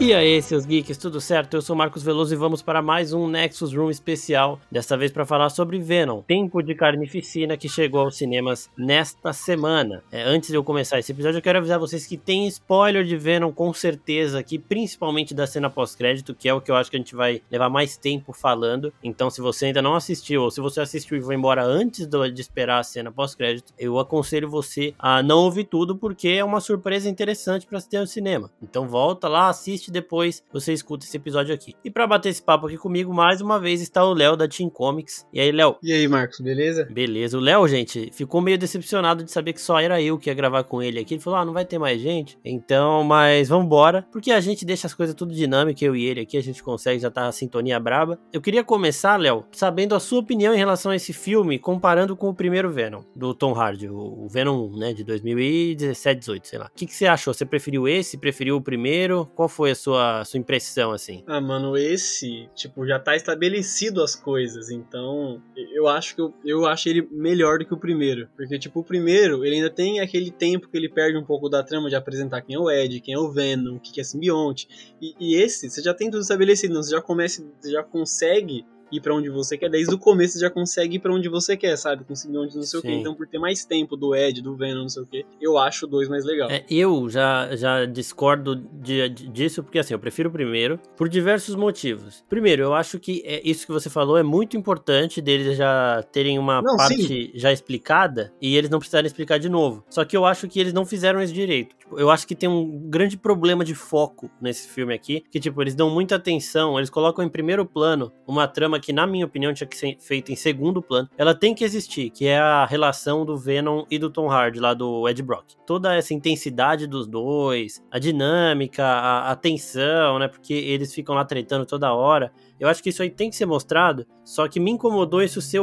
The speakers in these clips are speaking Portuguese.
E aí, seus geeks, tudo certo? Eu sou o Marcos Veloso e vamos para mais um Nexus Room especial, dessa vez para falar sobre Venom, Tempo de Carnificina, que chegou aos cinemas nesta semana. Antes de eu começar esse episódio, eu quero avisar vocês que tem spoiler de Venom com certeza aqui, principalmente da cena pós-crédito, que é o que eu acho que a gente vai levar mais tempo falando. Então, se você ainda não assistiu, ou se você assistiu e foi embora antes de esperar a cena pós-crédito, eu aconselho você a não ouvir tudo, porque é uma surpresa interessante para se ter no cinema. Então volta lá, assiste, depois você escuta esse episódio aqui. E pra bater esse papo aqui comigo, mais uma vez está o Léo da Team Comics. E aí, Léo? E aí, Marcos, beleza? Beleza. O Léo, gente, ficou meio decepcionado de saber que só era eu que ia gravar com ele aqui. Ele falou, não vai ter mais gente. Então, mas vambora, porque a gente deixa as coisas tudo dinâmicas, eu e ele aqui, a gente consegue, já tá a sintonia braba. Eu queria começar, Léo, sabendo a sua opinião em relação a esse filme, comparando com o primeiro Venom, do Tom Hardy, o Venom, né, de 2017, 18, sei lá. O que você achou? Você preferiu esse? Preferiu o primeiro? Qual foi a sua impressão, assim? Ah, mano, esse, já tá estabelecido as coisas, então eu acho que eu achei ele melhor do que o primeiro, porque, o primeiro, ele ainda tem aquele tempo que ele perde um pouco da trama de apresentar quem é o Ed, quem é o Venom, o que é simbionte, e esse, você já tem tudo estabelecido, você já consegue ir pra onde você quer, desde o começo você já consegue ir pra onde você quer, sabe, com simbionte não sei o que, então por ter mais tempo do Ed, do Venom, não sei o que, eu acho o 2 mais legal. Eu já discordo disso, porque assim, eu prefiro o primeiro, por diversos motivos. Primeiro, eu acho que isso que você falou é muito importante, deles já terem uma parte já explicada, e eles não precisarem explicar de novo. Só que eu acho que eles não fizeram isso direito. Eu acho que tem um grande problema de foco nesse filme aqui, que eles dão muita atenção, eles colocam em primeiro plano uma trama que, na minha opinião, tinha que ser feita em segundo plano. Ela tem que existir, que é a relação do Venom e do Tom Hardy, lá do Ed Brock. Toda essa intensidade dos dois, a dinâmica, a tensão, né, porque eles ficam lá tretando toda hora. Eu acho que isso aí tem que ser mostrado, só que me incomodou isso ser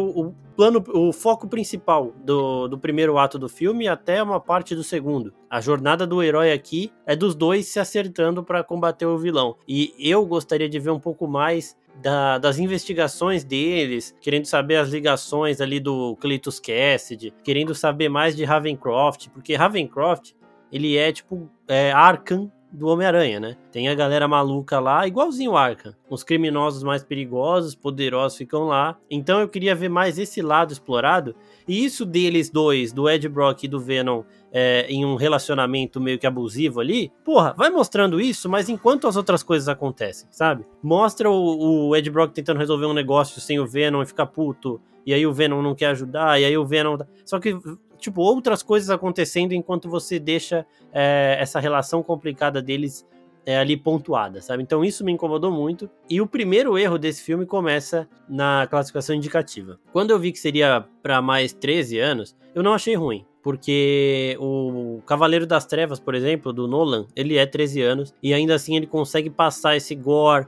o foco principal do primeiro ato do filme até uma parte do segundo. A jornada do herói aqui é dos dois se acertando para combater o vilão. E eu gostaria de ver um pouco mais das investigações deles, querendo saber as ligações ali do Cletus Cassidy, querendo saber mais de Ravencroft, porque Ravencroft, ele é Arkham do Homem-Aranha, né? Tem a galera maluca lá, igualzinho o Arkham. Os criminosos mais perigosos, poderosos ficam lá. Então eu queria ver mais esse lado explorado. E isso deles dois, do Ed Brock e do Venom, em um relacionamento meio que abusivo ali, porra, vai mostrando isso, mas enquanto as outras coisas acontecem, sabe? Mostra o Ed Brock tentando resolver um negócio sem o Venom e ficar puto, e aí o Venom não quer ajudar, e aí o Venom... Só que, outras coisas acontecendo enquanto você deixa essa relação complicada deles ali pontuada, sabe? Então isso me incomodou muito. E o primeiro erro desse filme começa na classificação indicativa. Quando eu vi que seria para mais 13 anos, eu não achei ruim. Porque o Cavaleiro das Trevas, por exemplo, do Nolan, ele é 13 anos, e ainda assim ele consegue passar esse gore,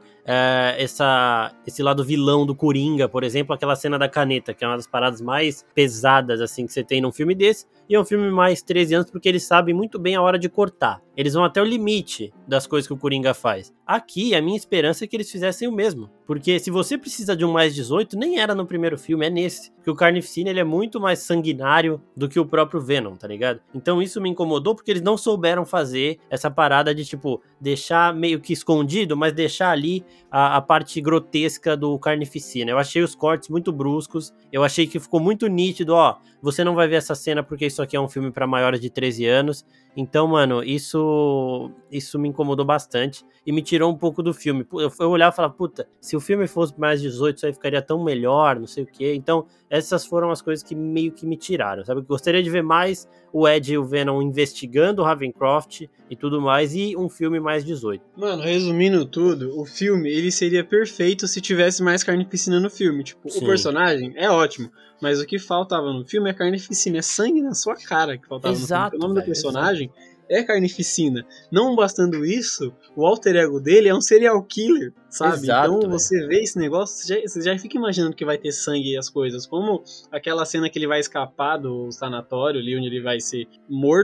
esse lado vilão do Coringa, por exemplo, aquela cena da caneta, que é uma das paradas mais pesadas assim que você tem num filme desse, e é um filme mais 13 anos porque eles sabem muito bem a hora de cortar. Eles vão até o limite das coisas que o Coringa faz. Aqui, a minha esperança é que eles fizessem o mesmo, porque se você precisa de um mais 18, nem era no primeiro filme, é nesse. Porque o Carnificina, ele é muito mais sanguinário do que o próprio Venom, tá ligado? Então isso me incomodou porque eles não souberam fazer essa parada de, deixar meio que escondido, mas deixar ali a parte grotesca do Carnificina. Eu achei os cortes muito bruscos, eu achei que ficou muito nítido, você não vai ver essa cena porque isso aqui é um filme pra maiores de 13 anos. Então, mano, isso me incomodou bastante e me tirou um pouco do filme. Eu olhava e falava, puta, se o filme fosse mais 18, isso aí ficaria tão melhor, não sei o quê. Então, essas foram as coisas que meio que me tiraram, sabe? Eu gostaria de ver mais o Ed e o Venom investigando o Ravencroft e tudo mais, e um filme mais 18. Mano, resumindo tudo, o filme, ele seria perfeito se tivesse mais carnificina no filme. Sim. O personagem é ótimo, mas o que faltava no filme é carnificina, é sangue na sua cara que faltava no filme. O nome do personagem é Carnificina. Não bastando isso, o alter ego dele é um serial killer, sabe? Exato, então você vê esse negócio, você já fica imaginando que vai ter sangue e as coisas. Como aquela cena que ele vai escapar do sanatório ali, onde ele vai ser morto,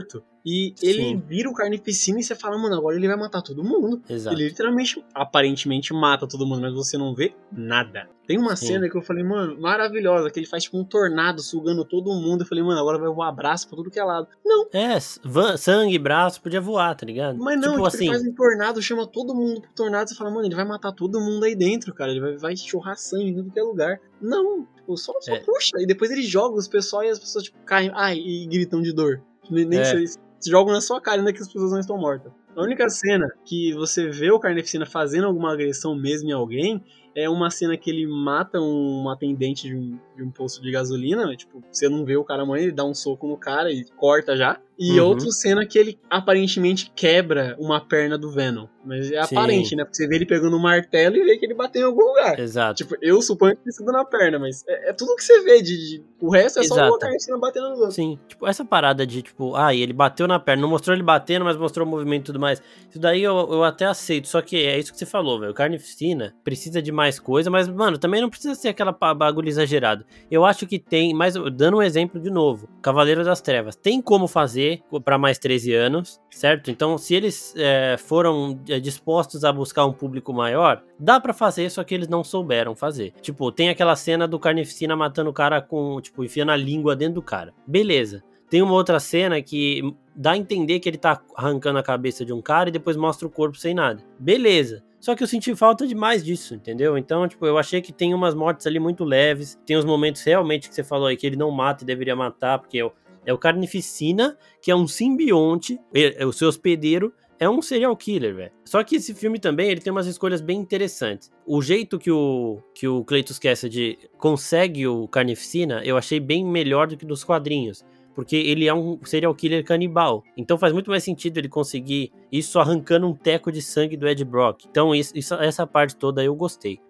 E ele vira o Carnificina e você fala, mano, agora ele vai matar todo mundo. Exato. Ele literalmente, aparentemente, mata todo mundo, mas você não vê nada. Tem uma cena que eu falei, mano, maravilhosa, que ele faz tipo um tornado sugando todo mundo. Eu falei, mano, agora vai voar braço pra tudo que é lado. Não. Sangue, braço, podia voar, tá ligado? Mas não, tipo assim, ele faz um tornado, chama todo mundo pro tornado, você fala, mano, ele vai matar todo mundo aí dentro, cara. Ele vai churrar sangue em tudo que é lugar. Não, tipo, só puxa. E depois ele joga os pessoal e as pessoas, tipo, caem, e gritam de dor. Nem se jogam na sua cara, ainda que as pessoas não estão mortas. A única cena que você vê o Carnificina fazendo alguma agressão mesmo em alguém é uma cena que ele mata um atendente de um posto de gasolina, né? Tipo, você não vê o cara morrendo, ele dá um soco no cara e corta já. E outra cena que ele aparentemente quebra uma perna do Venom. Mas é aparente, né? Porque você vê ele pegando um martelo e vê que ele bateu em algum lugar. Exato. Tipo, eu suponho que tenha sido na perna, mas é tudo que você vê. O resto é só o Carnificina batendo nos outros. Sim, tipo, essa parada de, tipo, ele bateu na perna, não mostrou ele batendo, mas mostrou o movimento e tudo mais. Isso daí eu até aceito, só que é isso que você falou, velho. O Carnificina precisa de mais coisa, mas, mano, também não precisa ser aquela bagulho exagerado. Eu acho que tem, mas dando um exemplo de novo, Cavaleiro das Trevas, tem como fazer pra mais 13 anos, certo? Então, se eles foram dispostos a buscar um público maior, dá pra fazer, só que eles não souberam fazer. Tipo, tem aquela cena do Carnificina matando o cara com, tipo, enfiando a língua dentro do cara. Beleza. Tem uma outra cena que dá a entender que ele tá arrancando a cabeça de um cara e depois mostra o corpo sem nada. Beleza. Só que eu senti falta demais disso, entendeu? Então, tipo, eu achei que tem umas mortes ali muito leves. Tem os momentos realmente que você falou aí que ele não mata e deveria matar, porque é o Carnificina, que é um simbionte, o seu hospedeiro é um serial killer, velho. Só que esse filme também, ele tem umas escolhas bem interessantes. O jeito que o Cletus Cassidy consegue o Carnificina, eu achei bem melhor do que dos quadrinhos. Porque ele é um serial killer canibal. Então faz muito mais sentido ele conseguir isso arrancando um teco de sangue do Ed Brock. Então essa parte toda eu gostei.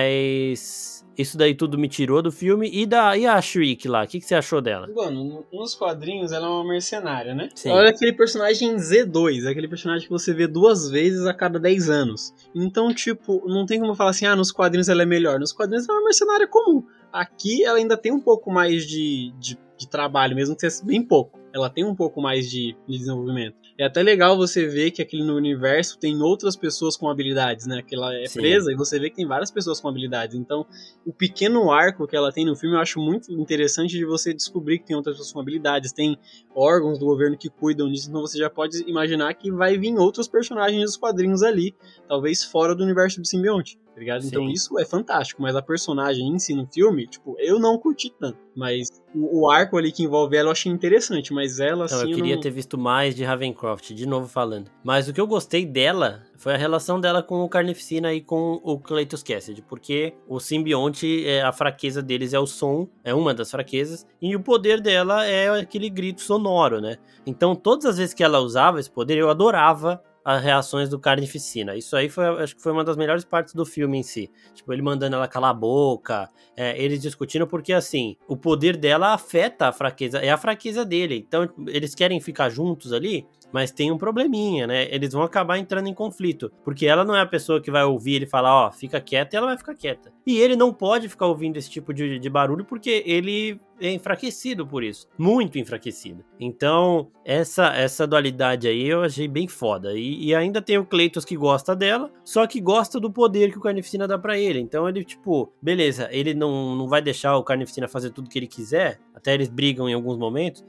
Mas isso daí tudo me tirou do filme. E a Shriek lá? O que você achou dela? Mano, nos quadrinhos ela é uma mercenária, né? Sim. Olha aquele personagem Z2. Aquele personagem que você vê 2 vezes a cada 10 anos. Então, tipo, não tem como falar assim, nos quadrinhos ela é melhor. Nos quadrinhos ela é uma mercenária comum. Aqui ela ainda tem um pouco mais de trabalho, mesmo que seja bem pouco. Ela tem um pouco mais de desenvolvimento. É até legal você ver que aquele no universo tem outras pessoas com habilidades, né? Que ela é presa e você vê que tem várias pessoas com habilidades. Então, o pequeno arco que ela tem no filme eu acho muito interessante de você descobrir que tem outras pessoas com habilidades. Tem órgãos do governo que cuidam disso, então você já pode imaginar que vai vir outros personagens dos quadrinhos ali, talvez fora do universo do simbionte. Tá ligado? Então isso é fantástico, mas a personagem em si no filme, tipo, eu não curti tanto, mas o arco ali que envolve ela eu achei interessante, mas ela então, assim... eu queria ter visto mais de Ravencroft, de novo falando, mas o que eu gostei dela foi a relação dela com o Carnificina e com o Cletus Cassidy, porque o simbionte, a fraqueza deles é o som, é uma das fraquezas, e o poder dela é aquele grito sonoro, né? Então todas as vezes que ela usava esse poder, eu adorava as reações do Carnificina. Isso aí acho que foi uma das melhores partes do filme em si. Tipo, ele mandando ela calar a boca, eles discutindo, porque assim, o poder dela afeta a fraqueza, é a fraqueza dele. Então, eles querem ficar juntos ali, mas tem um probleminha, né? Eles vão acabar entrando em conflito, porque ela não é a pessoa que vai ouvir ele falar, fica quieta, e ela vai ficar quieta. E ele não pode ficar ouvindo esse tipo de barulho, porque ele é enfraquecido por isso, muito enfraquecido. Então, essa dualidade aí eu achei bem foda. E ainda tem o Cletus que gosta dela, só que gosta do poder que o Carnificina dá pra ele. Então ele, tipo, beleza, ele não vai deixar o Carnificina fazer tudo que ele quiser, até eles brigam em alguns momentos,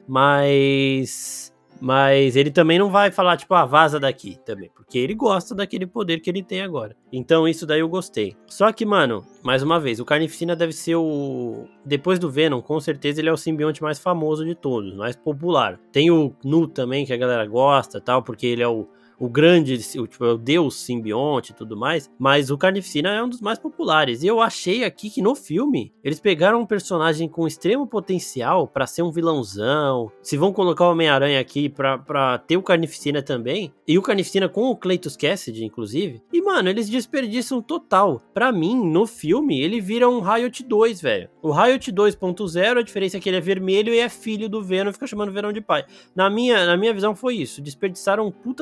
mas ele também não vai falar, tipo, vaza daqui também, porque ele gosta daquele poder que ele tem agora. Então isso daí eu gostei. Só que, mano, mais uma vez, o Carnificina deve ser depois do Venom, com certeza ele é o simbionte mais famoso de todos, mais popular. Tem o Nu também, que a galera gosta, tal, porque ele é o grande, tipo, é o deus simbionte e tudo mais, mas o Carnificina é um dos mais populares. E eu achei aqui que no filme, eles pegaram um personagem com extremo potencial pra ser um vilãozão. Se vão colocar o Homem-Aranha aqui pra ter o Carnificina também, e o Carnificina com o Cletus Cassidy, inclusive, e, mano, eles desperdiçam total. Pra mim, no filme, ele vira um Riot 2, velho. O Riot 2.0, a diferença é que ele é vermelho e é filho do Venom, fica chamando o Venom de pai. Na minha visão foi isso, desperdiçaram um puta de um vilão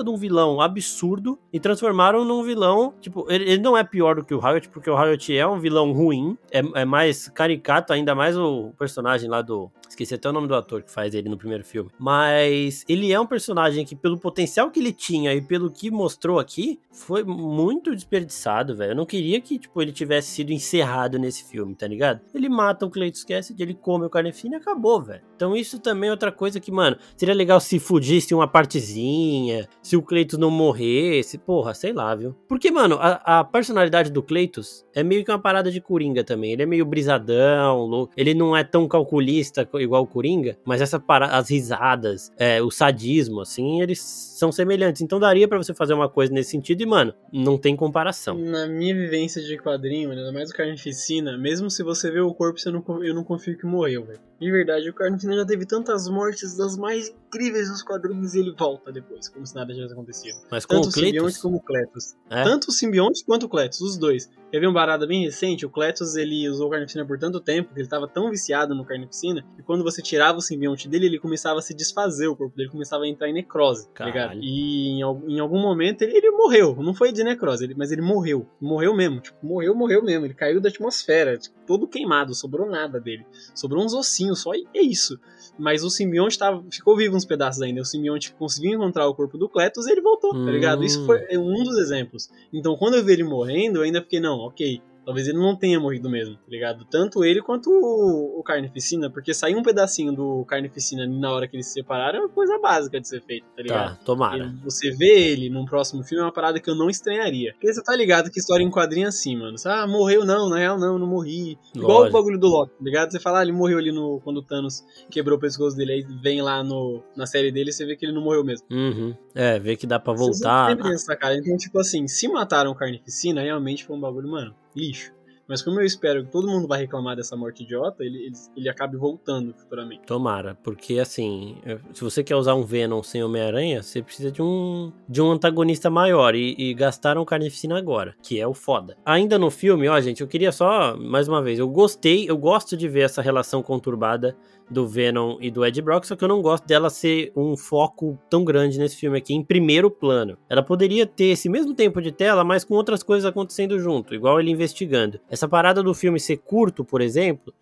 vilão absurdo e transformaram num vilão, tipo, ele não é pior do que o Riot, porque o Riot é um vilão ruim, é mais caricato, ainda mais o personagem lá do... Esqueci até o nome do ator que faz ele no primeiro filme. Mas ele é um personagem que, pelo potencial que ele tinha e pelo que mostrou aqui, foi muito desperdiçado, velho. Eu não queria que, tipo, ele tivesse sido encerrado nesse filme, tá ligado? Ele mata o Cletus Cassidy, ele come o Carnificina e acabou, velho. Então isso também é outra coisa que, mano, seria legal se fugisse uma partezinha, se o Cletus não morresse, porra, sei lá, viu? Porque, mano, a personalidade do Cletus é meio que uma parada de Coringa também. Ele é meio brisadão, louco. Ele não é tão calculista igual o Coringa, mas as risadas, o sadismo, assim, eles são semelhantes. Então daria pra você fazer uma coisa nesse sentido e, mano, não tem comparação. Na minha vivência de quadrinho, ainda mais o Carnificina, mesmo se você vê o corpo, eu não confio que morreu, velho. De verdade, o Carnificina já teve tantas mortes das mais incríveis nos quadrinhos e ele volta depois, como se nada tivesse acontecido. Mas com tanto o simbionte como o Cletus. É? Tanto o simbionte quanto o Cletus, os dois. Quer ver uma parada bem recente? O Cletus, ele usou o Carnificina por tanto tempo, que ele tava tão viciado no Carnificina, que quando você tirava o simbionte dele, ele começava a se desfazer, o corpo dele começava a entrar em necrose, tá ligado? E em algum momento ele morreu, não foi de necrose, mas ele morreu. Morreu mesmo, tipo, morreu mesmo. Ele caiu da atmosfera, tipo, todo queimado, sobrou nada dele. Sobrou uns ossinhos só e é isso. Mas o simbionte ficou vivo uns pedaços ainda. O simbionte conseguiu encontrar o corpo do Cletus e ele voltou, tá ligado? Isso foi um dos exemplos. Então, quando eu vi ele morrendo, eu ainda fiquei, não, ok, talvez ele não tenha morrido mesmo, tá ligado? Tanto ele quanto o Carnificina, porque sair um pedacinho do Carnificina na hora que eles se separaram é uma coisa básica de ser feita, tá ligado? Tá, tomara. E você vê ele num próximo filme é uma parada que eu não estranharia. Porque você tá ligado que história em quadrinho é assim, mano. Você, morreu não, na real não morri. Lógico. Igual o bagulho do Loki, tá ligado? Você fala, ele morreu ali quando o Thanos quebrou o pescoço dele, aí vem lá na série dele e você vê que ele não morreu mesmo. Uhum. Vê que dá pra voltar. Sempre tem essa cara. Então, tipo assim, se mataram o Carnificina, realmente foi um bagulho, mano, lixo. Mas como eu espero que todo mundo vai reclamar dessa morte idiota, ele acabe voltando futuramente. Tomara, porque assim, se você quer usar um Venom sem Homem-Aranha, você precisa de um antagonista maior, e gastaram o Carnificina agora, que é o foda. Ainda no filme, ó gente, eu queria só, mais uma vez, eu gosto de ver essa relação conturbada do Venom e do Ed Brock, só que eu não gosto dela ser um foco tão grande nesse filme aqui, em primeiro plano. Ela poderia ter esse mesmo tempo de tela, mas com outras coisas acontecendo junto, igual ele investigando. Essa parada do filme ser curto, por exemplo,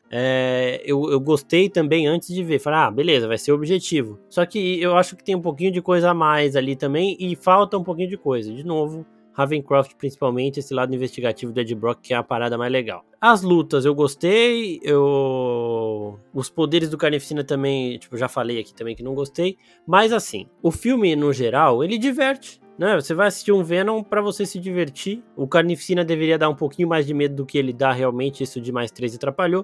eu gostei também antes de ver. Falei, beleza, vai ser o objetivo. Só que eu acho que tem um pouquinho de coisa a mais ali também, e falta um pouquinho de coisa. De novo, Ravencroft, principalmente, esse lado investigativo do Ed Brock, que é a parada mais legal. As lutas eu gostei, os poderes do Carnificina também, tipo, já falei aqui também que não gostei, mas assim, o filme, no geral, ele diverte, né? Você vai assistir um Venom pra você se divertir. O Carnificina deveria dar um pouquinho mais de medo do que ele dá realmente, isso de mais 3 atrapalhou,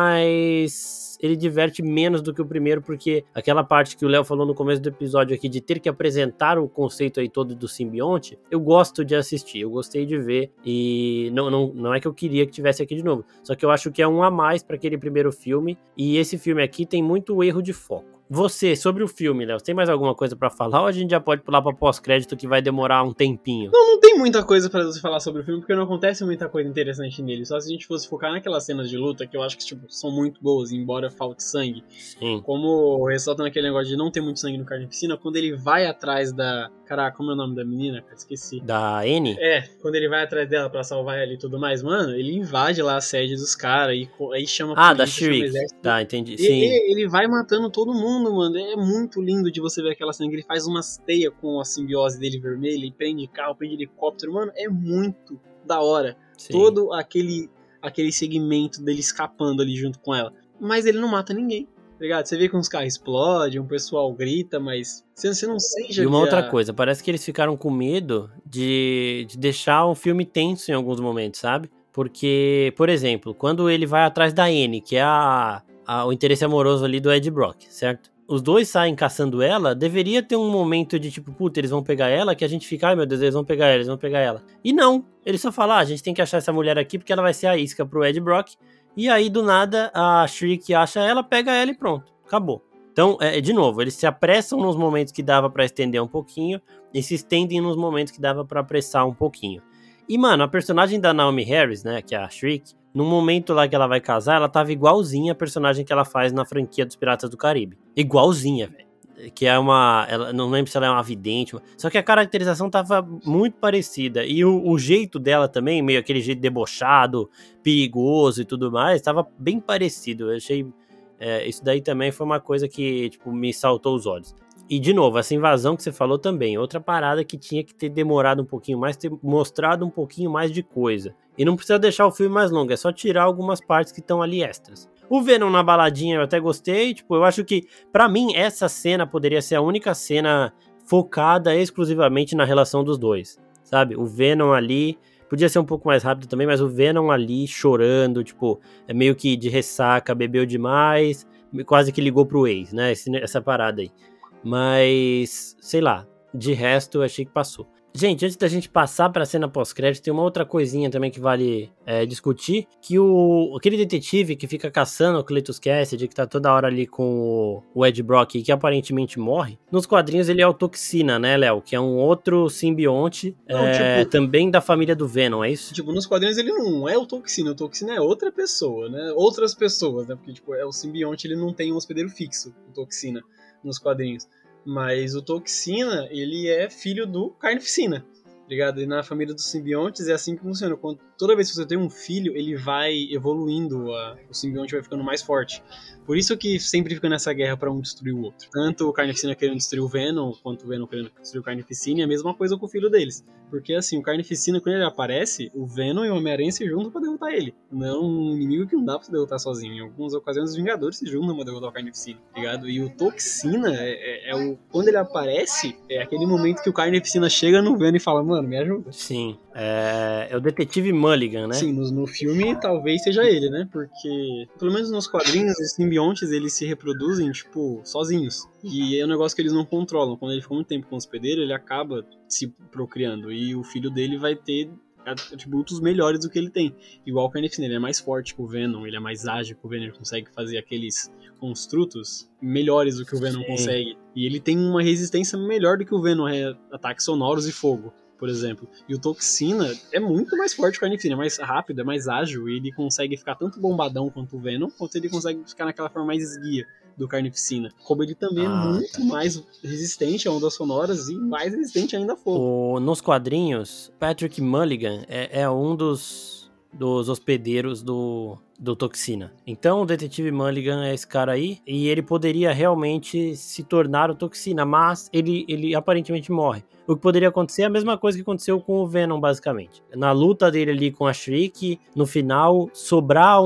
mas ele diverte menos do que o primeiro, porque aquela parte que o Léo falou no começo do episódio aqui, de ter que apresentar o conceito aí todo do simbionte, eu gosto de assistir, eu gostei de ver, e não é que eu queria que tivesse aqui de novo, só que eu acho que é um a mais para aquele primeiro filme, e esse filme aqui tem muito erro de foco. Você, sobre o filme, Léo, tem mais alguma coisa pra falar ou a gente já pode pular pra pós-crédito que vai demorar um tempinho? Não tem muita coisa pra você falar sobre o filme, porque não acontece muita coisa interessante nele. Só se a gente fosse focar naquelas cenas de luta, que eu acho que tipo, são muito boas, embora falte sangue. Sim. Como ressaltando aquele negócio de não ter muito sangue no Carnificina, quando ele vai atrás da... Caraca, como é o nome da menina? Cara, esqueci. Da Annie? Quando ele vai atrás dela pra salvar ela e tudo mais, mano, ele invade lá a sede dos caras e aí chama a polícia, da Shriek. Tá, entendi. Sim. Ele vai matando todo mundo, mano. É muito lindo de você ver aquela cena que ele faz umas teias com a simbiose dele vermelha e prende carro, prende helicóptero. Mano, é muito da hora. Sim. Todo aquele segmento dele escapando ali junto com ela. Mas ele não mata ninguém. Ligado? Você vê que uns carros explodem, um pessoal grita, mas você não sente... E uma outra coisa, parece que eles ficaram com medo de deixar o filme tenso em alguns momentos, sabe? Porque, por exemplo, quando ele vai atrás da Annie, que é o interesse amoroso ali do Ed Brock, certo? Os dois saem caçando ela, deveria ter um momento de tipo, puta, eles vão pegar ela, que a gente fica, ai meu Deus, eles vão pegar ela. E não, ele só fala, a gente tem que achar essa mulher aqui porque ela vai ser a isca pro Ed Brock. E aí, do nada, a Shriek acha ela, pega ela e pronto, acabou. Então, de novo, eles se apressam nos momentos que dava pra estender um pouquinho e se estendem nos momentos que dava pra apressar um pouquinho. E, mano, a personagem da Naomi Harris, né, que é a Shriek, no momento lá que ela vai casar, ela tava igualzinha a personagem que ela faz na franquia dos Piratas do Caribe. Igualzinha, velho. que é ela, não lembro se ela é uma vidente, só que a caracterização tava muito parecida, e o jeito dela também, meio aquele jeito debochado, perigoso e tudo mais, tava bem parecido. Eu achei, isso daí também foi uma coisa que, tipo, me saltou os olhos. E, de novo, essa invasão que você falou também, outra parada que tinha que ter demorado um pouquinho mais, ter mostrado um pouquinho mais de coisa. E não precisa deixar o filme mais longo, é só tirar algumas partes que estão ali extras. O Venom na baladinha eu até gostei, tipo, eu acho que, pra mim, essa cena poderia ser a única cena focada exclusivamente na relação dos dois, sabe? O Venom ali, podia ser um pouco mais rápido também, mas o Venom ali chorando, tipo, é meio que de ressaca, bebeu demais, quase que ligou pro ex, né? Essa parada aí. Mas, sei lá, de resto eu achei que passou. Gente, antes da gente passar pra cena pós-crédito, tem uma outra coisinha também que vale discutir, que aquele detetive que fica caçando o Cletus Cassidy, que tá toda hora ali com o Ed Brock e que aparentemente morre, nos quadrinhos ele é o Toxina, né, Léo? Que é um outro simbionte, também da família do Venom, é isso? Tipo, nos quadrinhos ele não é o Toxina é outra pessoa, né? Outras pessoas, né? Porque, tipo, o simbionte, ele não tem um hospedeiro fixo, o Toxina, nos quadrinhos. Mas o Toxina, ele é filho do Carnificina, ligado? E na família dos simbiontes é assim que funciona. Toda vez que você tem um filho, ele vai evoluindo, o simbionte vai ficando mais forte. Por isso que sempre fica nessa guerra pra um destruir o outro. Tanto o Carnificina querendo destruir o Venom, quanto o Venom querendo destruir o Carnificina, e a mesma coisa com o filho deles. Porque assim, o Carnificina, quando ele aparece, o Venom e o Homem-Aranha se juntam pra derrotar ele. Não é um inimigo que não dá pra se derrotar sozinho. Em algumas ocasiões, os Vingadores se juntam pra derrotar o Carnificina, ligado? E o Toxina, quando ele aparece, é aquele momento que o Carnificina chega no Venom e fala, mano, me ajuda. Sim, é o detetive Mulligan, né? Sim, no filme talvez seja ele, né? Porque, pelo menos nos quadrinhos, os simbiontes, eles se reproduzem, tipo, sozinhos. E é um negócio que eles não controlam. Quando ele fica muito tempo com o hospedeiro, ele acaba se procriando. E o filho dele vai ter atributos melhores do que ele tem. Igual o Carnificina, ele é mais forte que o Venom, ele é mais ágil que o Venom, ele consegue fazer aqueles construtos melhores do que o Venom consegue. E ele tem uma resistência melhor do que o Venom, ataques sonoros e fogo, por exemplo. E o Toxina é muito mais forte que o Carnificina, é mais rápido, é mais ágil, e ele consegue ficar tanto bombadão quanto o Venom, quanto ele consegue ficar naquela forma mais esguia do Carnificina. Como ele também é muito mais resistente a ondas sonoras e mais resistente ainda a fogo. Nos quadrinhos, Patrick Mulligan é um dos hospedeiros do Toxina. Então o detetive Mulligan é esse cara aí, e ele poderia realmente se tornar o Toxina, mas ele aparentemente morre. O que poderia acontecer é a mesma coisa que aconteceu com o Venom, basicamente. Na luta dele ali com a Shriek, no final, sobrar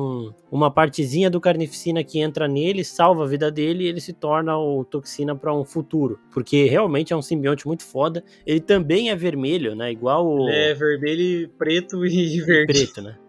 uma partezinha do Carnificina que entra nele, salva a vida dele, e ele se torna o Toxina para um futuro. Porque realmente é um simbionte muito foda. Ele também é vermelho, né? Igual o... Ele é vermelho, preto e verde. Preto, né?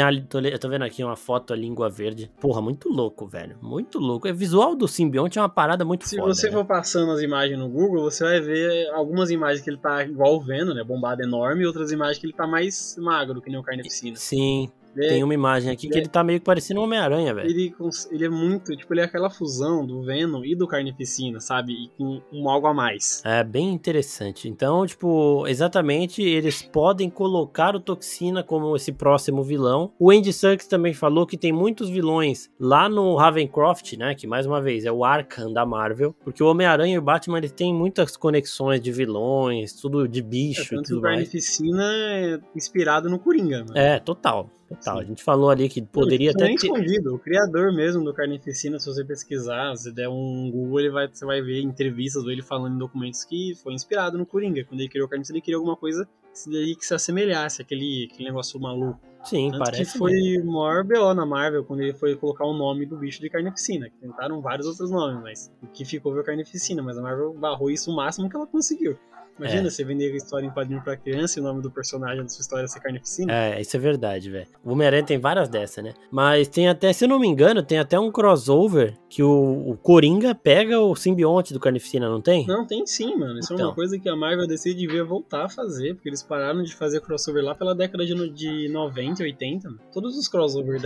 Eu tô vendo aqui uma foto, a língua verde. Porra, muito louco, velho. Muito louco. O visual do simbionte é uma parada muito foda. Se você for passando as imagens no Google, você vai ver algumas imagens que ele tá igual o Venom, né? Bombado enorme, e outras imagens que ele tá mais magro, que nem o Carnificina. Sim. Tem uma imagem aqui que ele tá meio que parecendo um Homem-Aranha, velho. Ele é muito, tipo, ele é aquela fusão do Venom e do Carnificina, sabe? E com algo a mais. É bem interessante. Então, tipo, exatamente, eles podem colocar o Toxina como esse próximo vilão. O Andy Serkis também falou que tem muitos vilões lá no Ravencroft, né? Que, mais uma vez, é o Arkham da Marvel. Porque o Homem-Aranha e o Batman, eles têm muitas conexões de vilões, tudo de bicho e tudo mais. O Carnificina é inspirado no Coringa, mano. É, total. Sim. A gente falou ali que poderia até ter... escondido. O criador mesmo do Carnificina, se você pesquisar, se der um Google, você vai ver entrevistas dele falando em documentos que foi inspirado no Coringa. Quando ele criou o Carnificina, ele queria alguma coisa que se assemelhasse, aquele negócio maluco. Sim, tanto parece que foi o maior BO na Marvel quando ele foi colocar o nome do bicho de Carnificina. Tentaram vários outros nomes, mas o que ficou foi o Carnificina. Mas a Marvel barrou isso o máximo que ela conseguiu. Imagina você vender a história em quadrinho pra criança e o nome do personagem da sua história ser Carnificina. Isso é verdade, velho. O Homem-Aranha tem várias dessas, né? Mas tem até, se eu não me engano, tem até um crossover que o Coringa pega o simbionte do Carnificina, não tem? Não, tem sim, mano. Isso é uma coisa que a Marvel DC devia voltar a fazer, porque eles pararam de fazer crossover lá pela década de 90 e 80. Mano. Todos os crossovers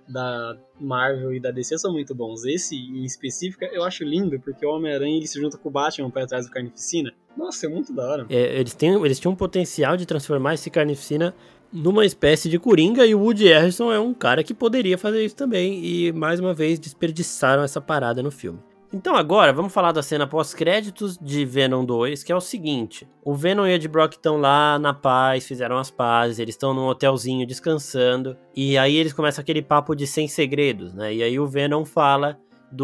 da Marvel e da DC são muito bons. Esse, em específico, eu acho lindo, porque o Homem-Aranha ele se junta com o Batman pra trás do Carnificina. Nossa, é muito da hora. Eles tinham um potencial de transformar esse Carnificina numa espécie de Coringa, e o Woody Harrelson é um cara que poderia fazer isso também, e mais uma vez desperdiçaram essa parada no filme. Então agora, vamos falar da cena pós-créditos de Venom 2, que é o seguinte. O Venom e o Ed Brock estão lá na paz, fizeram as pazes, eles estão num hotelzinho descansando, e aí eles começam aquele papo de sem segredos, né? E aí o Venom fala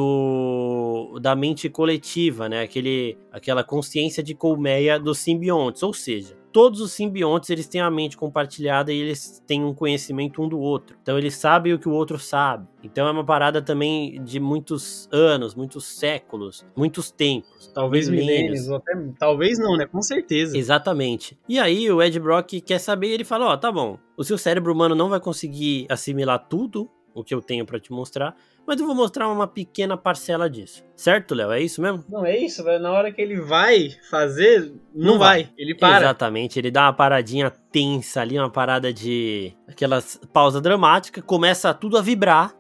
da mente coletiva, né? Aquela consciência de colmeia dos simbiontes, ou seja, todos os simbiontes eles têm a mente compartilhada e eles têm um conhecimento um do outro. Então eles sabem o que o outro sabe. Então é uma parada também de muitos anos, muitos séculos, muitos tempos. Talvez milênios, ou até... Talvez não, né? Com certeza. Exatamente. E aí o Ed Brock quer saber e ele fala, ó, tá bom, o seu cérebro humano não vai conseguir assimilar tudo o que eu tenho pra te mostrar, mas eu vou mostrar uma pequena parcela disso. Certo, Léo? É isso mesmo? Não, é isso, velho. Na hora que ele vai fazer, não vai. Ele para. Exatamente, ele dá uma paradinha tensa ali, uma parada de... aquelas pausa dramática, começa tudo a vibrar,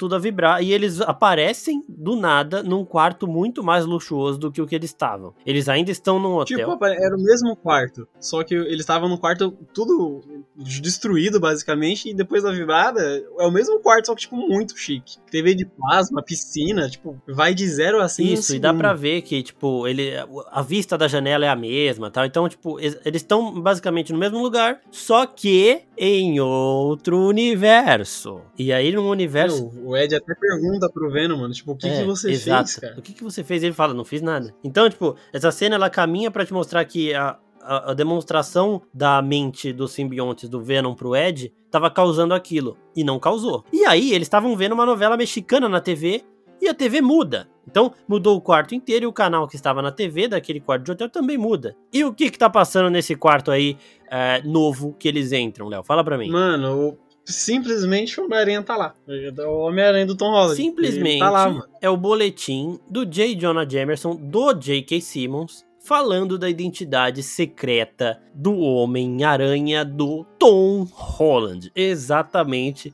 e eles aparecem do nada num quarto muito mais luxuoso do que o que eles estavam. Eles ainda estão num hotel. Tipo, era o mesmo quarto, só que eles estavam num quarto tudo destruído, basicamente, e depois da vibrada, é o mesmo quarto, só que, tipo, muito chique. TV de plasma, piscina, tipo, vai de 0 a 100. Isso, e dá pra ver que, tipo, a vista da janela é a mesma, tá? Então, tipo, eles estão basicamente no mesmo lugar, só que em outro universo. E aí, num universo... O Ed até pergunta pro Venom, mano, tipo, o que você fez, cara? O que você fez? Ele fala, não fiz nada. Então, tipo, essa cena, ela caminha pra te mostrar que a demonstração da mente dos simbiontes do Venom pro Ed tava causando aquilo, e não causou. E aí, eles estavam vendo uma novela mexicana na TV, e a TV muda. Então, mudou o quarto inteiro e o canal que estava na TV daquele quarto de hotel também muda. E o que tá passando nesse quarto aí novo que eles entram, Léo? Fala pra mim. Mano, simplesmente o Homem-Aranha tá lá. O Homem-Aranha do Tom Holland. Simplesmente tá lá, mano. É o boletim do J. Jonah Jameson, do J.K. Simmons, falando da identidade secreta do Homem-Aranha do Tom Holland. Exatamente.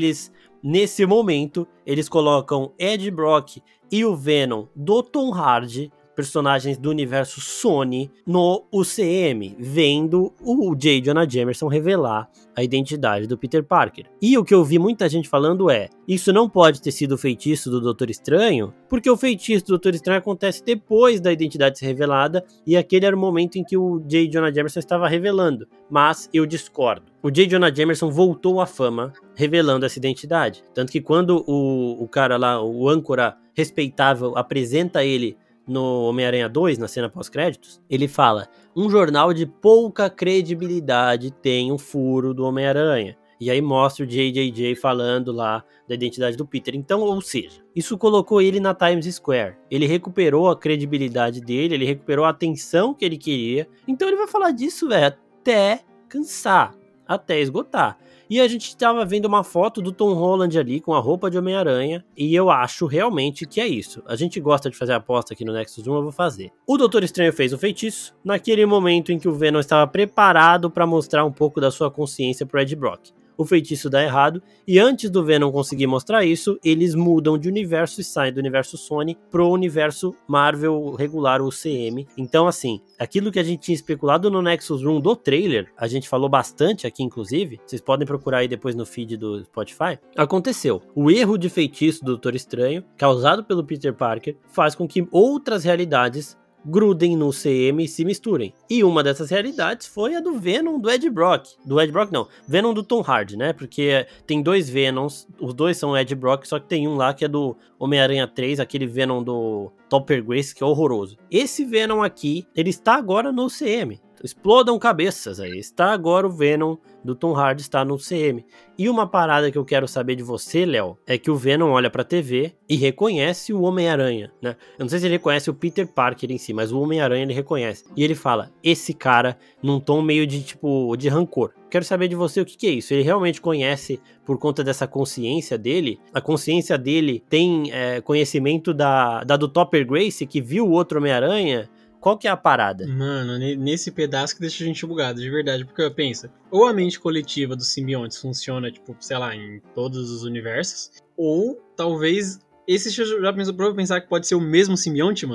Nesse momento, eles colocam Ed Brock e o Venom do Tom Hardy, personagens do universo Sony, no UCM, vendo o J. Jonah Jameson revelar a identidade do Peter Parker. E o que eu vi muita gente falando isso não pode ter sido o feitiço do Doutor Estranho, porque o feitiço do Doutor Estranho acontece depois da identidade ser revelada, e aquele era o momento em que o J. Jonah Jameson estava revelando. Mas eu discordo. O J. Jonah Jameson voltou à fama revelando essa identidade. Tanto que quando o cara lá, o âncora respeitável, apresenta ele no Homem-Aranha 2, na cena pós-créditos, ele fala: um jornal de pouca credibilidade tem um furo do Homem-Aranha. E aí mostra o JJJ falando lá da identidade do Peter. Então, ou seja, isso colocou ele na Times Square. Ele recuperou a credibilidade dele, ele recuperou a atenção que ele queria. Então ele vai falar disso, velho, até cansar, até esgotar. E a gente tava vendo uma foto do Tom Holland ali com a roupa de Homem-Aranha, e eu acho realmente que é isso. A gente gosta de fazer aposta aqui no Nexus 1, eu vou fazer. O Doutor Estranho fez o feitiço naquele momento em que o Venom estava preparado para mostrar um pouco da sua consciência pro Ed Brock. O feitiço dá errado, e antes do Venom conseguir mostrar isso, eles mudam de universo e saem do universo Sony pro universo Marvel regular, o UCM. Então, assim, aquilo que a gente tinha especulado no Nexus Room do trailer, a gente falou bastante aqui, inclusive, vocês podem procurar aí depois no feed do Spotify, aconteceu. O erro de feitiço do Doutor Estranho, causado pelo Peter Parker, faz com que outras realidades grudem no CM e se misturem. E uma dessas realidades foi a do Venom do Ed Brock. Do Ed Brock não, Venom do Tom Hardy, né? Porque tem dois Venoms, os dois são Ed Brock, só que tem um lá que é do Homem-Aranha 3, aquele Venom do Topper Grace, que é horroroso. Esse Venom aqui, ele está agora no CM. Explodam cabeças aí. Está agora o Venom do Tom Hardy, está no CM. E uma parada que eu quero saber de você, Léo, é que o Venom olha pra TV e reconhece o Homem-Aranha, né? Eu não sei se ele reconhece o Peter Parker em si, mas o Homem-Aranha ele reconhece. E ele fala, esse cara, num tom meio de, tipo, de rancor. Quero saber de você o que é isso. Ele realmente conhece por conta dessa consciência dele? A consciência dele tem conhecimento da do Topper Grace, que viu o outro Homem-Aranha? Qual que é a parada? Mano, nesse pedaço que deixa a gente bugado, de verdade. Porque eu penso, ou a mente coletiva dos simbiontes funciona, tipo, sei lá, em todos os universos, ou talvez esse já pensou pra pensar que pode ser o mesmo simbionte, mano?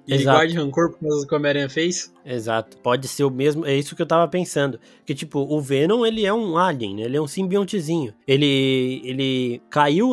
E ele guarda rancor por causa do que o Homem-Aranha fez? Exato. Pode ser o mesmo, é isso que eu tava pensando. Que, tipo, o Venom, ele é um alien, né? Ele é um simbiontezinho. Ele caiu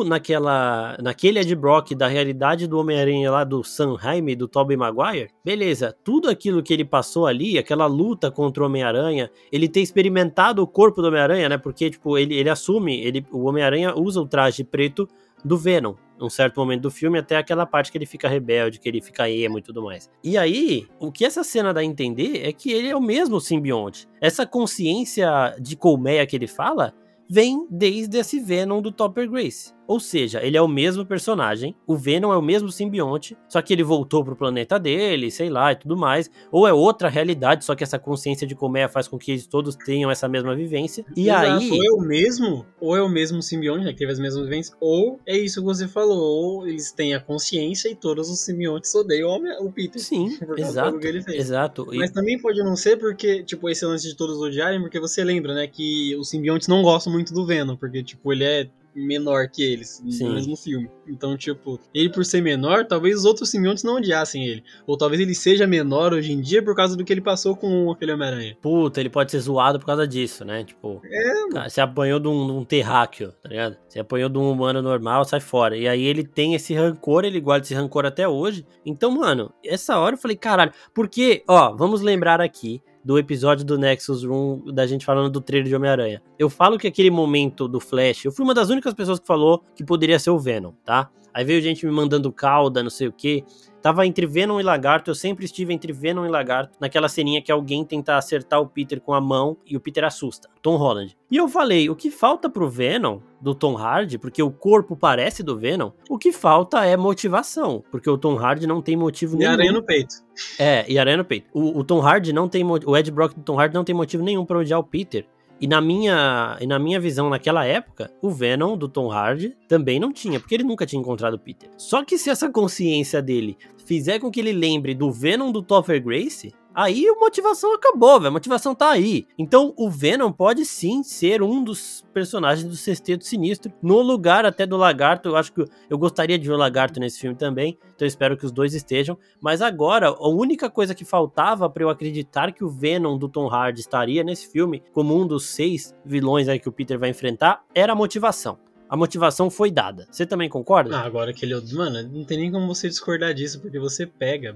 naquele Ed Brock da realidade do Homem-Aranha lá do Sam Raimi, do Tobey Maguire. Beleza, tudo aquilo que ele passou ali, aquela luta contra o Homem-Aranha, ele ter experimentado o corpo do Homem-Aranha, né? Porque, tipo, ele assume, o Homem-Aranha usa o traje preto do Venom, num certo momento do filme, até aquela parte que ele fica rebelde, que ele fica emo e tudo mais. E aí, o que essa cena dá a entender é que ele é o mesmo simbionte. Essa consciência de colmeia que ele fala vem desde esse Venom do Topper Grace. Ou seja, ele é o mesmo personagem, o Venom é o mesmo simbionte, só que ele voltou pro planeta dele, sei lá, e tudo mais. Ou é outra realidade, só que essa consciência de colmeia faz com que eles todos tenham essa mesma vivência. E Exato. aí... Ou é o mesmo simbionte, né, que teve as mesmas vivências, ou é isso que você falou, ou eles têm a consciência e todos os simbiontes odeiam o Peter. Sim, exato, que ele fez. Exato. Mas também pode não ser porque, tipo, esse lance de todos odiarem, porque você lembra, né, que os simbiontes não gostam muito do Venom, porque, tipo, ele é menor que eles no mesmo filme. Então, tipo, ele por ser menor, talvez os outros simbiontes não odiassem ele. Ou talvez ele seja menor hoje em dia por causa do que ele passou com aquele Homem-Aranha. Puta, ele pode ser zoado por causa disso, né? Tipo, cara, você apanhou de um terráqueo, tá ligado? Você apanhou de um humano normal, sai fora. E aí ele tem esse rancor, ele guarda esse rancor até hoje. Então, mano, essa hora eu falei, caralho, porque, ó, vamos lembrar aqui do episódio do Nexus Room, da gente falando do trailer de Homem-Aranha. Eu falo que aquele momento do Flash, eu fui uma das únicas pessoas que falou que poderia ser o Venom, tá? Aí veio gente me mandando cauda, não sei o que. Tava entre Venom e Lagarto, eu sempre estive entre Venom e Lagarto, naquela ceninha que alguém tenta acertar o Peter com a mão e o Peter assusta, Tom Holland. E eu falei, o que falta pro Venom, do Tom Hardy, porque o corpo parece do Venom, o que falta é motivação, porque o Tom Hardy não tem motivo nenhum. E aranha no peito. E aranha no peito. O Tom Hardy não tem, o Ed Brock do Tom Hardy não tem motivo nenhum pra odiar o Peter. E na minha visão naquela época, o Venom do Tom Hardy também não tinha, porque ele nunca tinha encontrado o Peter. Só que se essa consciência dele fizer com que ele lembre do Venom do Topher Grace, aí a motivação acabou, velho. A motivação tá aí. Então o Venom pode sim ser um dos personagens do Sexteto Sinistro, no lugar até do Lagarto. Eu acho que eu gostaria de ver o Lagarto nesse filme também, então eu espero que os dois estejam. Mas agora, a única coisa que faltava pra eu acreditar que o Venom do Tom Hardy estaria nesse filme, como um dos 6 vilões aí que o Peter vai enfrentar, era a motivação. A motivação foi dada. Você também concorda? Agora que ele... Mano, não tem nem como você discordar disso, porque você pega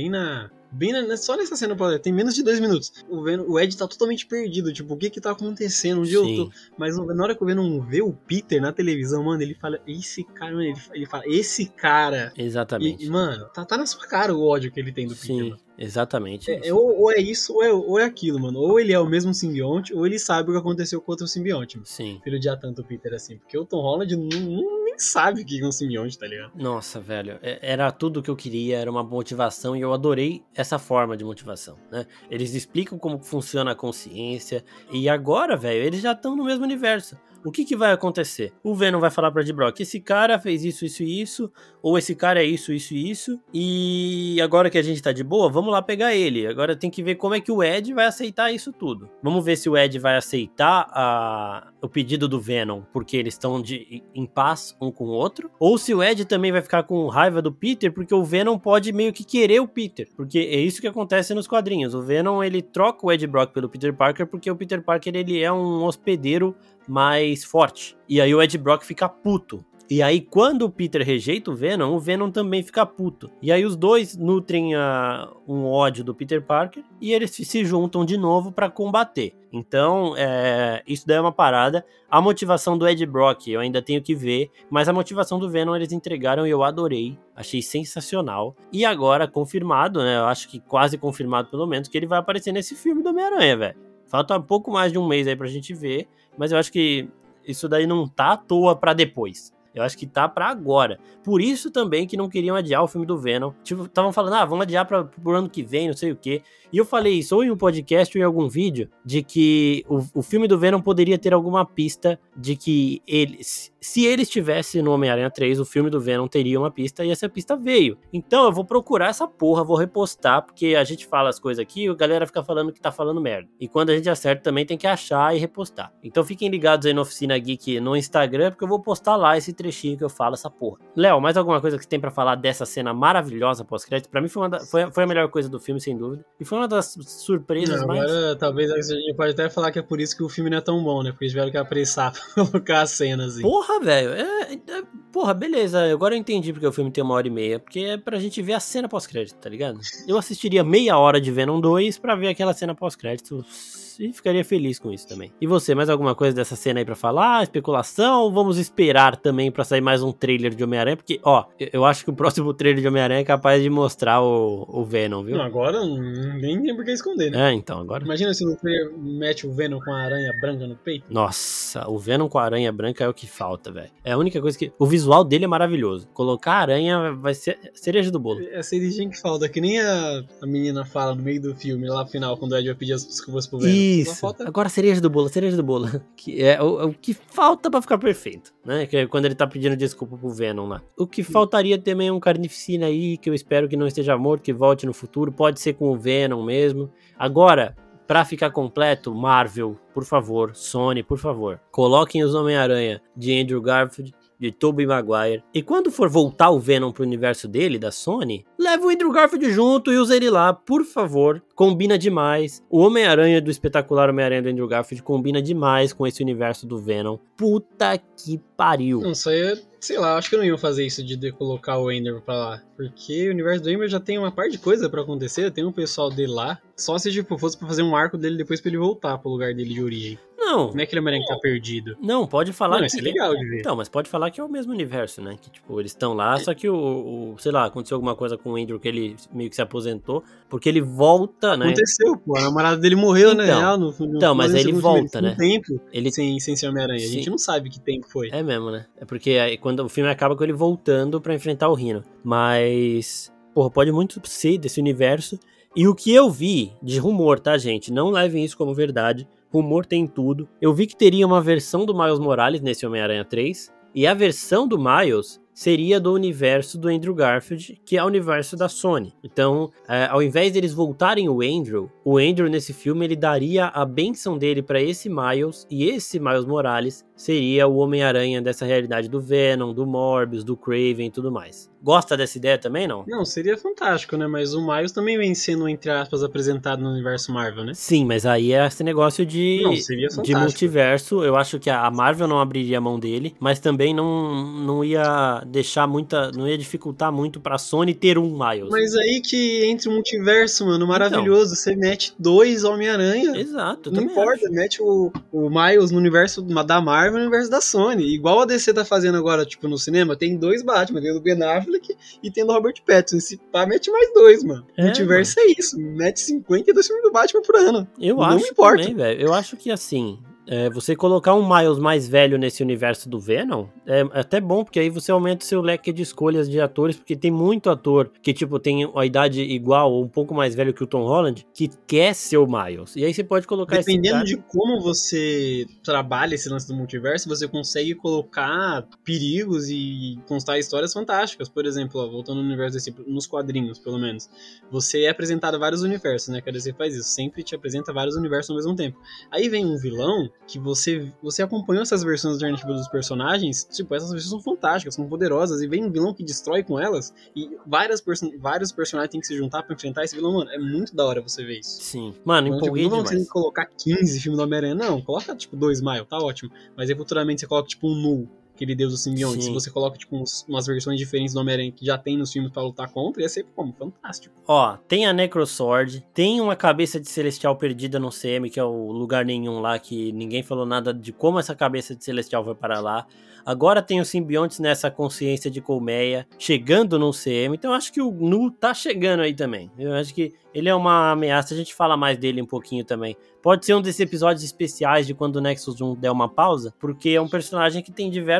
só nessa cena, tem menos de 2 minutos. O Ed tá totalmente perdido, tipo, o que tá acontecendo? Onde eu tô? Mas na hora que o Venom vê o Peter na televisão, mano, ele fala, esse cara, mano, ele fala, esse cara. Exatamente. E, mano, tá na sua cara o ódio que ele tem do Peter, mano. Exatamente. Ou é isso, ou é aquilo, mano. Ou ele é o mesmo simbionte, ou ele sabe o que aconteceu com outro simbionte, mano. Sim. Ele odiar tanto o Peter assim. Porque o Tom Holland nem sabe o que é um simbionte, tá ligado? Nossa, velho. Era tudo o que eu queria, era uma motivação, e eu adorei essa forma de motivação, né? Eles explicam como funciona a consciência, e agora, velho, eles já estão no mesmo universo. O que vai acontecer? O Venom vai falar pra Ed Brock, esse cara fez isso, isso e isso, ou esse cara é isso, isso e isso, e agora que a gente tá de boa, vamos lá pegar ele. Agora tem que ver como é que o Ed vai aceitar isso tudo. Vamos ver se o Ed vai aceitar o pedido do Venom, porque eles estão em paz um com o outro, ou se o Ed também vai ficar com raiva do Peter, porque o Venom pode meio que querer o Peter, porque é isso que acontece nos quadrinhos. O Venom, ele troca o Ed Brock pelo Peter Parker, porque o Peter Parker, ele é um hospedeiro mais forte. E aí o Ed Brock fica puto. E aí quando o Peter rejeita o Venom também fica puto. E aí os dois nutrem um ódio do Peter Parker e eles se juntam de novo pra combater. Então, isso daí é uma parada. A motivação do Ed Brock eu ainda tenho que ver, mas a motivação do Venom eles entregaram e eu adorei. Achei sensacional. E agora confirmado, né? Eu acho que quase confirmado pelo menos, que ele vai aparecer nesse filme do Homem-Aranha, velho. Falta um pouco mais de um mês aí pra gente ver, mas eu acho que isso daí não tá à toa pra depois. Eu acho que tá pra agora. Por isso também que não queriam adiar o filme do Venom. Tipo, estavam falando, vamos adiar pro ano que vem, não sei o quê. E eu falei isso ou em um podcast ou em algum vídeo, de que o filme do Venom poderia ter alguma pista de que ele, se ele estivesse no Homem-Aranha 3, o filme do Venom teria uma pista e essa pista veio. Então eu vou procurar essa porra, vou repostar, porque a gente fala as coisas aqui e a galera fica falando que tá falando merda. E quando a gente acerta também tem que achar e repostar. Então fiquem ligados aí no Oficina Geek no Instagram, porque eu vou postar lá esse trechinho que eu falo essa porra. Léo, mais alguma coisa que você tem pra falar dessa cena maravilhosa pós-crédito? Pra mim foi a melhor coisa do filme, sem dúvida. E foi uma das surpresas mais... Agora, talvez a gente pode até falar que é por isso que o filme não é tão bom, né? Porque eles tiveram que apressar pra colocar as cenas. Assim. Porra, velho. Porra, beleza. Agora eu entendi porque o filme tem 1h30. Porque é pra gente ver a cena pós-crédito, tá ligado? Eu assistiria meia hora de Venom 2 pra ver aquela cena pós-crédito. E ficaria feliz com isso também. E você, mais alguma coisa dessa cena aí pra falar? Especulação? Ou vamos esperar também pra sair mais um trailer de Homem-Aranha? Porque, ó, eu acho que o próximo trailer de Homem-Aranha é capaz de mostrar o Venom, viu? Não, agora nem tem por que esconder, né? Então, agora... Imagina se no trailer mete o Venom com a aranha branca no peito. Nossa, o Venom com a aranha branca é o que falta, velho. É a única coisa que... O visual dele é maravilhoso. Colocar a aranha vai ser cereja do bolo. É a cerejinha que falta, que nem a menina fala no meio do filme, lá no final, quando o Ed vai pedir as desculpas pro Venom. Isso. Falta... Agora cereja do bolo. Que é o que falta pra ficar perfeito, né? Que é quando ele tá pedindo desculpa pro Venom lá. O que faltaria também é um Carnificina aí, que eu espero que não esteja morto, que volte no futuro. Pode ser com o Venom mesmo. Agora, pra ficar completo, Marvel, por favor, Sony, por favor, coloquem os Homem-Aranha de Andrew Garfield, de Tobey Maguire. E quando for voltar o Venom pro universo dele, da Sony, leva o Andrew Garfield junto e usa ele lá, por favor. Combina demais. O Homem-Aranha do espetacular Homem-Aranha do Andrew Garfield combina demais com esse universo do Venom. Puta que pariu. Não sei, sei lá, acho que não iam fazer isso de colocar o Andrew pra lá. Porque o universo do Andrew já tem uma parte de coisa pra acontecer, tem um pessoal dele lá. Só se tipo, fosse pra fazer um arco dele depois pra ele voltar pro lugar dele de origem. Não. Como é que ele é Homem-Aranha que tá perdido? Não, pode falar que... Isso é legal de ver. Então, mas pode falar que é o mesmo universo, né? Que, tipo, eles estão lá, só que sei lá, aconteceu alguma coisa com o Andrew que ele meio que se aposentou, porque ele volta, né? Aconteceu, pô. A namorada dele morreu, então, né? Real, então, mas aí ele volta, né? Um tempo sem ser Homem-Aranha. A gente não sabe que tempo foi. É mesmo, né? É porque aí, quando o filme acaba com ele voltando pra enfrentar o Rhino. Mas, porra, pode muito ser desse universo. E o que eu vi de rumor, tá, gente? Não levem isso como verdade. Rumor tem tudo. Eu vi que teria uma versão do Miles Morales nesse Homem-Aranha 3. E a versão do Miles seria do universo do Andrew Garfield, que é o universo da Sony. Então, ao invés deles voltarem o Andrew nesse filme, ele daria a bênção dele pra esse Miles, e esse Miles Morales seria o Homem-Aranha dessa realidade do Venom, do Morbius, do Kraven e tudo mais. Gosta dessa ideia também, não? Não, seria fantástico, né? Mas o Miles também vem sendo, entre aspas, apresentado no universo Marvel, né? Sim, mas aí é esse negócio de multiverso. Eu acho que a Marvel não abriria a mão dele, mas também não ia deixar não ia dificultar muito pra Sony ter um Miles. Mas aí que entra o multiverso, mano, maravilhoso. Então, você mete 2 Homem-Aranha. Exato. Não importa, mete o Miles no universo da Marvel e no universo da Sony. Igual a DC tá fazendo agora, tipo, no cinema, tem 2 Batman, tem o do Ben Affleck e tem o do Robert Pattinson. Se pá, mete mais 2, mano. Multiverso é isso. Mete 52 filmes do Batman por ano. Eu acho também, velho. Eu acho que assim... você colocar um Miles mais velho nesse universo do Venom é até bom, porque aí você aumenta o seu leque de escolhas de atores, porque tem muito ator que, tipo, tem a idade igual ou um pouco mais velho que o Tom Holland, que quer ser o Miles. E aí você pode colocar dependendo de como você trabalha esse lance do multiverso, você consegue colocar perigos e constar histórias fantásticas. Por exemplo, ó, voltando no universo desse, nos quadrinhos, pelo menos, você é apresentado a vários universos, né? Que a DC faz isso, sempre te apresenta vários universos ao mesmo tempo. Aí vem um vilão que você acompanhou essas versões alternativas dos personagens, tipo, essas versões são fantásticas, são poderosas, e vem um vilão que destrói com elas, e vários personagens têm que se juntar pra enfrentar esse vilão, mano, é muito da hora você ver isso. Sim. Mano, então, empolguei demais. Não tem que colocar 15 filmes do Homem-Aranha, não, coloca, tipo, 2 Miles, tá ótimo, mas aí futuramente você coloca, tipo, um Null, aquele deus do simbionte. Se você coloca, tipo, umas versões diferentes do Homem-Aranha que já tem nos filmes pra lutar contra, ia ser como? Fantástico. Ó, tem a Necrosword, tem uma cabeça de Celestial perdida no CM, que é o lugar nenhum lá, que ninguém falou nada de como essa cabeça de Celestial foi parar lá. Agora tem os simbiontes nessa consciência de colmeia, chegando no CM, então eu acho que o Nu tá chegando aí também. Eu acho que ele é uma ameaça, a gente fala mais dele um pouquinho também. Pode ser um desses episódios especiais de quando o Nexus 1 der uma pausa, porque é um personagem que tem diversos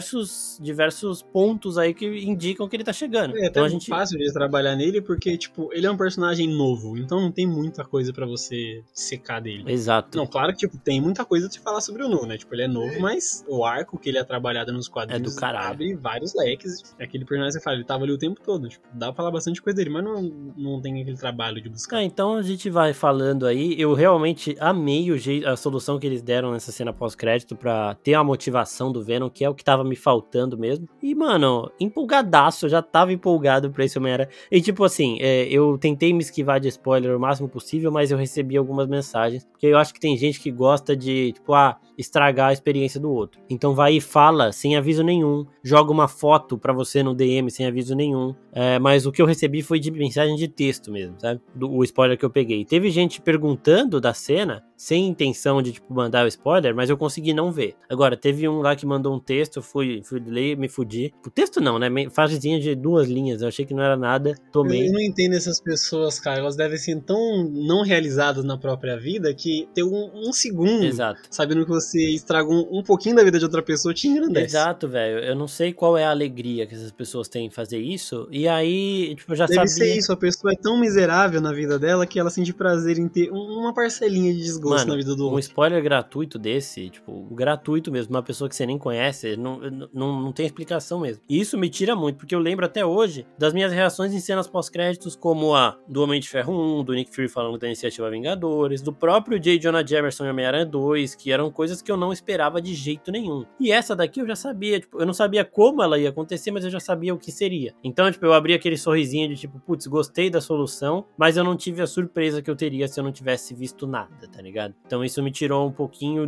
diversos pontos aí que indicam que ele tá chegando. É até fácil de trabalhar nele, porque, tipo, ele é um personagem novo, então não tem muita coisa pra você secar dele. Exato. Não, claro que, tipo, tem muita coisa de falar sobre o Nu, né? Tipo, ele é novo, mas o arco que ele é trabalhado nos quadrinhos do caralho. Abre vários leques. Aquele personagem que você fala, ele tava ali o tempo todo. Tipo, dá pra falar bastante coisa dele, mas não tem aquele trabalho de buscar. Então a gente vai falando aí. Eu realmente amei a solução que eles deram nessa cena pós-crédito pra ter a motivação do Venom, que é o que tava me faltando mesmo. E, mano, empolgadaço, eu já tava empolgado pra esse Homem-Aranha. E, tipo assim, eu tentei me esquivar de spoiler o máximo possível, mas eu recebi algumas mensagens. Porque eu acho que tem gente que gosta de, tipo, estragar a experiência do outro. Então vai e fala sem aviso nenhum, joga uma foto pra você no DM sem aviso nenhum. Mas o que eu recebi foi de mensagem de texto mesmo, sabe? O spoiler que eu peguei. Teve gente perguntando da cena, sem intenção de, tipo, mandar o spoiler, mas eu consegui não ver. Agora, teve um lá que mandou um texto, eu fui ler, me fudi. O texto não, né? Frasezinha de 2 linhas, eu achei que não era nada, tomei. Eu não entendo essas pessoas, cara, elas devem ser tão não realizadas na própria vida que ter um segundo, exato, sabendo que você estraga um pouquinho da vida de outra pessoa, te engrandece. Exato, velho. Eu não sei qual é a alegria que essas pessoas têm em fazer isso, e aí, tipo, eu já sabia... Deve ser isso, a pessoa é tão miserável na vida dela que ela sente prazer em ter uma parcelinha de desgosto na vida do outro. Um spoiler gratuito desse, tipo, gratuito mesmo, uma pessoa que você nem conhece, não tem explicação mesmo. E isso me tira muito, porque eu lembro até hoje das minhas reações em cenas pós-créditos, como a do Homem de Ferro 1, do Nick Fury falando da Iniciativa Vingadores, do próprio J. Jonah Jameson e Homem-Aranha 2, que eram coisas que eu não esperava de jeito nenhum. E essa daqui eu já sabia, tipo, eu não sabia como ela ia acontecer, mas eu já sabia o que seria. Então, tipo, eu abri aquele sorrisinho de tipo, putz, gostei da solução, mas eu não tive a surpresa que eu teria se eu não tivesse visto nada, tá ligado? Então isso me tirou um pouquinho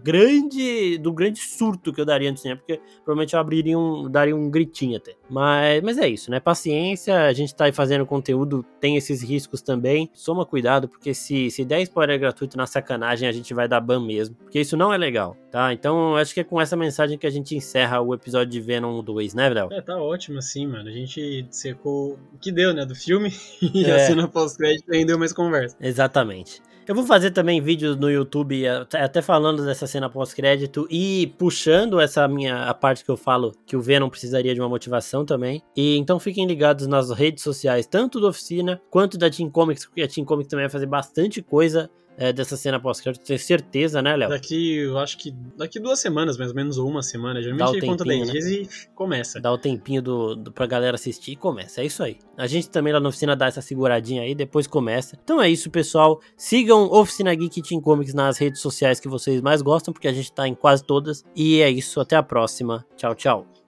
do grande surto que eu daria no cinema, porque provavelmente eu daria um gritinho até. Mas é isso, né? Paciência, a gente tá aí fazendo conteúdo, tem esses riscos também. Soma cuidado, porque se der spoiler gratuito na sacanagem, a gente vai dar ban mesmo, porque isso não é legal, tá? Então acho que é com essa mensagem que a gente encerra o episódio de Venom 2, né, Léo? Tá ótimo assim, mano. A gente secou o que deu, né, do filme e a cena pós-crédito rendeu mais conversa. Exatamente. Eu vou fazer também vídeos no YouTube até falando dessa cena pós-crédito e puxando a parte que eu falo que o Venom precisaria de uma motivação também. E então fiquem ligados nas redes sociais, tanto da Oficina quanto da Team Comics, porque a Team Comics também vai fazer bastante coisa dessa cena pós-crédito, tenho certeza, né, Léo? Eu acho que daqui 2 semanas, mais ou menos, ou 1 semana. Geralmente ele conta 10 dias e começa. Dá o tempinho pra galera assistir e começa, é isso aí. A gente também lá na Oficina dá essa seguradinha aí, depois começa. Então é isso, pessoal. Sigam Oficina Geek e Team Comics nas redes sociais que vocês mais gostam, porque a gente tá em quase todas. E é isso, até a próxima. Tchau, tchau.